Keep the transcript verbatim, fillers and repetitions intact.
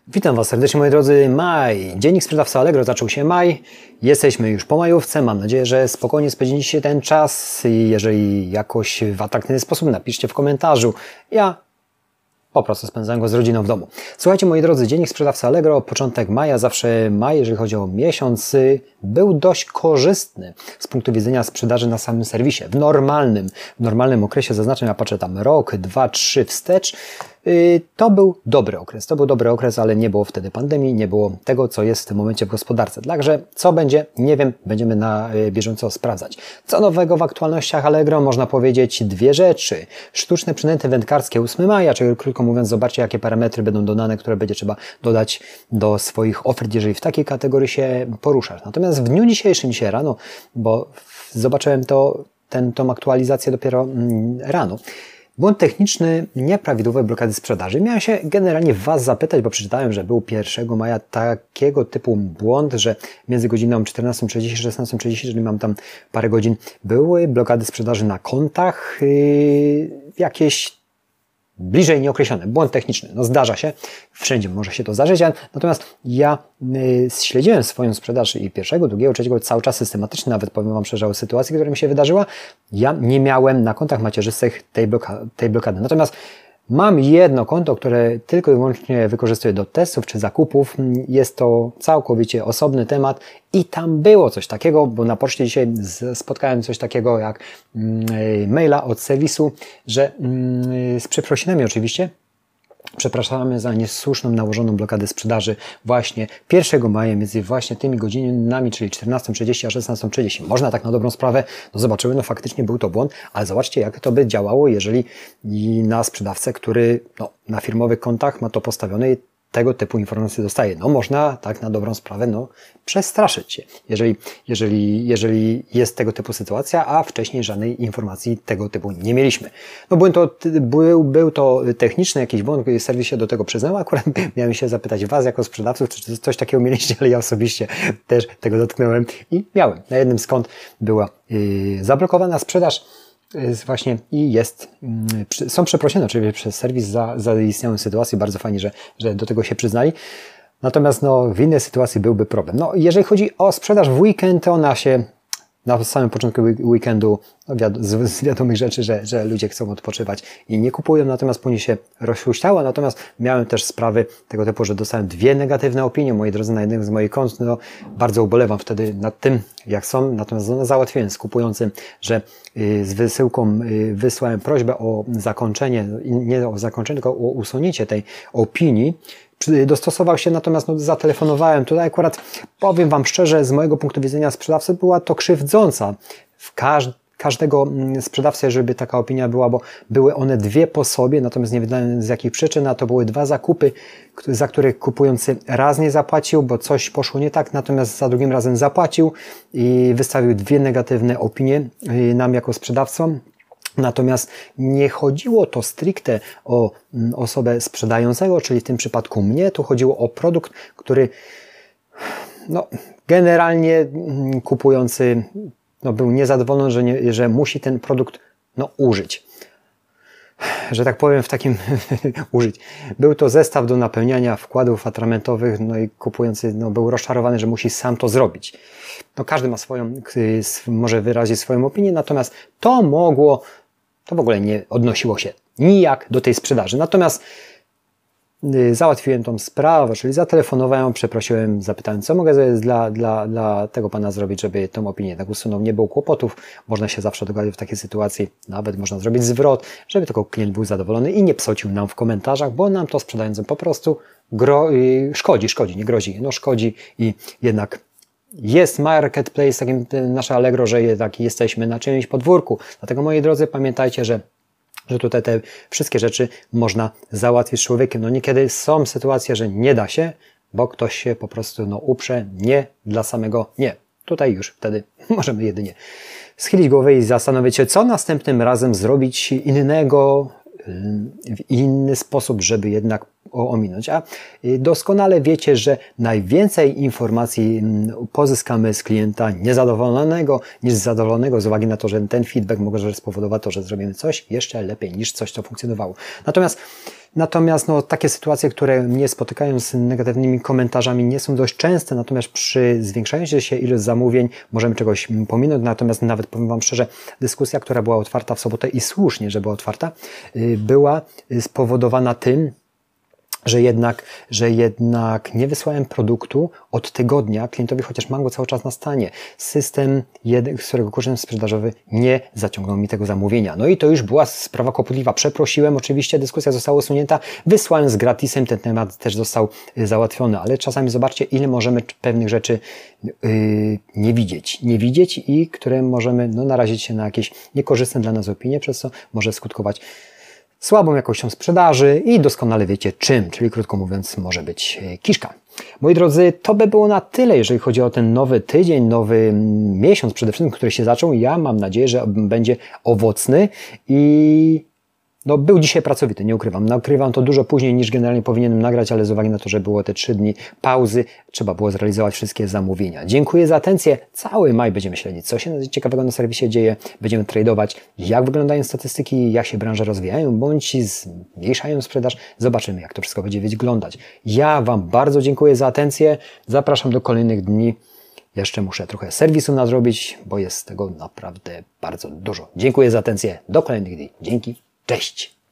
Witam Was serdecznie, moi drodzy. Maj. Dziennik sprzedawcy Allegro zaczął się maj. Jesteśmy już po majówce. Mam nadzieję, że spokojnie spędziliście ten czas. Jeżeli jakoś w atrakcyjny sposób, napiszcie w komentarzu. Ja po prostu spędzałem go z rodziną w domu. Słuchajcie, moi drodzy, dziennik sprzedawcy Allegro, początek maja, zawsze maj, jeżeli chodzi o miesiąc, był dość korzystny z punktu widzenia sprzedaży na samym serwisie. W normalnym, w normalnym okresie, zaznaczam, ja patrzę tam rok, dwa, trzy wstecz, to był dobry okres. To był dobry okres, ale nie było wtedy pandemii, nie było tego, co jest w tym momencie w gospodarce. Także co będzie? Nie wiem, będziemy na bieżąco sprawdzać. Co nowego w aktualnościach Allegro? Można powiedzieć dwie rzeczy. Sztuczne przynęty wędkarskie ósmego maja, czyli krótko mówiąc, zobaczcie, jakie parametry będą dodane, które będzie trzeba dodać do swoich ofert, jeżeli w takiej kategorii się poruszasz. Natomiast w dniu dzisiejszym, dzisiaj rano, bo zobaczyłem to, ten, tą aktualizację dopiero mm, rano, błąd techniczny, nieprawidłowe blokady sprzedaży. Miałem się generalnie Was zapytać, bo przeczytałem, że był pierwszego maja takiego typu błąd, że między godziną czternastą trzydzieści a szesnastą trzydzieści, czyli mam tam parę godzin, były blokady sprzedaży na kontach, yy, jakieś bliżej nieokreślone. Błąd techniczny. No zdarza się. Wszędzie może się to zdarzyć. Natomiast ja y, śledziłem swoją sprzedaż i pierwszego, drugiego, trzeciego cały czas systematycznie, nawet powiem Wam szczerze o sytuacji, która mi się wydarzyła. Ja nie miałem na kontach macierzystych tej, bloka tej blokady. Natomiast mam jedno konto, które tylko i wyłącznie wykorzystuję do testów czy zakupów. Jest to całkowicie osobny temat i tam było coś takiego, bo na poczcie dzisiaj spotkałem coś takiego jak maila od serwisu, że z przeprosinami oczywiście, przepraszamy za niesłuszną nałożoną blokadę sprzedaży właśnie pierwszego maja między właśnie tymi godzinami, czyli czternastą trzydzieści a szesnastą trzydzieści. Można tak na dobrą sprawę, no zobaczymy, no faktycznie był to błąd, ale zobaczcie, jak to by działało, jeżeli na sprzedawcę, który no, na firmowych kontach ma to postawione i tego typu informacje dostaje. No można tak na dobrą sprawę no, przestraszyć się, jeżeli, jeżeli, jeżeli jest tego typu sytuacja, a wcześniej żadnej informacji tego typu nie mieliśmy. No błąd to, był, był to techniczny jakiś błąd, serwis się do tego przyznał, akurat miałem się zapytać Was jako sprzedawców, czy coś takiego mieliście, ale ja osobiście też tego dotknąłem i miałem. Na jednym z kont była yy, zablokowana sprzedaż, właśnie i jest, są przeprosiny oczywiście przez serwis za, za istniałą sytuację. Bardzo fajnie, że, że do tego się przyznali. Natomiast no, w innej sytuacji byłby problem. No, jeżeli chodzi o sprzedaż w weekend, to ona się na samym początku weekendu, no wiad z, z wiadomych rzeczy, że, że ludzie chcą odpoczywać i nie kupują, natomiast później się rozhuśtała. Natomiast miałem też sprawy tego typu, że dostałem dwie negatywne opinie, moi drodzy, na jednym z moich kont. No, bardzo ubolewam wtedy nad tym, jak są. Natomiast no, załatwiłem z kupującym, że y, z wysyłką y, wysłałem prośbę o zakończenie, nie o zakończenie, tylko o usunięcie tej opinii. Dostosował się, natomiast no, zatelefonowałem. Tutaj akurat powiem Wam szczerze, z mojego punktu widzenia sprzedawcy była to krzywdząca w każdym każdego sprzedawcy, żeby taka opinia była, bo były one dwie po sobie, natomiast nie wiem z jakich przyczyn, a to były dwa zakupy, za które kupujący raz nie zapłacił, bo coś poszło nie tak, natomiast za drugim razem zapłacił i wystawił dwie negatywne opinie nam jako sprzedawcom. Natomiast nie chodziło to stricte o osobę sprzedającego, czyli w tym przypadku mnie, tu chodziło o produkt, który no, generalnie kupujący no, był niezadowolony, że, nie, że musi ten produkt no, użyć. Że tak powiem w takim użyć. Był to zestaw do napełniania wkładów atramentowych, no i kupujący no, był rozczarowany, że musi sam to zrobić. No, każdy ma swoją, może wyrazić swoją opinię, natomiast to mogło, to w ogóle nie odnosiło się nijak do tej sprzedaży. Natomiast załatwiłem tą sprawę, czyli zatelefonowałem, przeprosiłem, zapytałem, co mogę dla, dla, dla tego Pana zrobić, żeby tą opinię tak usunął. Nie było kłopotów, można się zawsze dogadać w takiej sytuacji, nawet można zrobić zwrot, żeby tylko klient był zadowolony i nie psocił nam w komentarzach, bo nam to sprzedającym po prostu gro, szkodzi, szkodzi, nie grozi, no szkodzi i jednak jest marketplace, takim nasze Allegro, że jednak jesteśmy na czyimś podwórku. Dlatego, moi drodzy, pamiętajcie, że że tutaj te wszystkie rzeczy można załatwić z człowiekiem. No niekiedy są sytuacje, że nie da się, bo ktoś się po prostu no, uprze nie dla samego nie. Tutaj już wtedy możemy jedynie schylić głowę i zastanowić się, co następnym razem zrobić innego, w inny sposób, żeby jednak ominąć. A doskonale wiecie, że najwięcej informacji pozyskamy z klienta niezadowolonego niż zadowolonego z uwagi na to, że ten feedback może spowodować to, że zrobimy coś jeszcze lepiej niż coś, co funkcjonowało. Natomiast Natomiast no, takie sytuacje, które mnie spotykają z negatywnymi komentarzami, nie są dość częste, natomiast przy zwiększającej się ilość zamówień możemy czegoś pominąć. Natomiast nawet powiem Wam szczerze, dyskusja, która była otwarta w sobotę i słusznie, że była otwarta, była spowodowana tym, że jednak, że jednak nie wysłałem produktu od tygodnia klientowi, chociaż mam go cały czas na stanie. System, jeden, z którego korzystam sprzedażowy, nie zaciągnął mi tego zamówienia. No i to już była sprawa kłopotliwa. Przeprosiłem, oczywiście dyskusja została usunięta, wysłałem z gratisem, ten temat też został załatwiony, ale czasami zobaczcie, ile możemy pewnych rzeczy yy, nie widzieć. Nie widzieć i które możemy no, narazić się na jakieś niekorzystne dla nas opinie, przez co może skutkować słabą jakością sprzedaży i doskonale wiecie czym, czyli krótko mówiąc może być kiszka. Moi drodzy, to by było na tyle, jeżeli chodzi o ten nowy tydzień, nowy miesiąc przede wszystkim, który się zaczął. Ja mam nadzieję, że będzie owocny i no, był dzisiaj pracowity, nie ukrywam. Nagrywam to dużo później niż generalnie powinienem nagrać, ale z uwagi na to, że było te trzy dni pauzy, trzeba było zrealizować wszystkie zamówienia. Dziękuję za atencję. Cały maj będziemy śledzić, co się ciekawego na serwisie dzieje. Będziemy tradować, jak wyglądają statystyki, jak się branże rozwijają, bądź zmniejszają sprzedaż. Zobaczymy, jak to wszystko będzie wyglądać. Ja Wam bardzo dziękuję za atencję. Zapraszam do kolejnych dni. Jeszcze muszę trochę serwisu nadrobić, bo jest tego naprawdę bardzo dużo. Dziękuję za atencję. Do kolejnych dni. Dzięki. Cześć!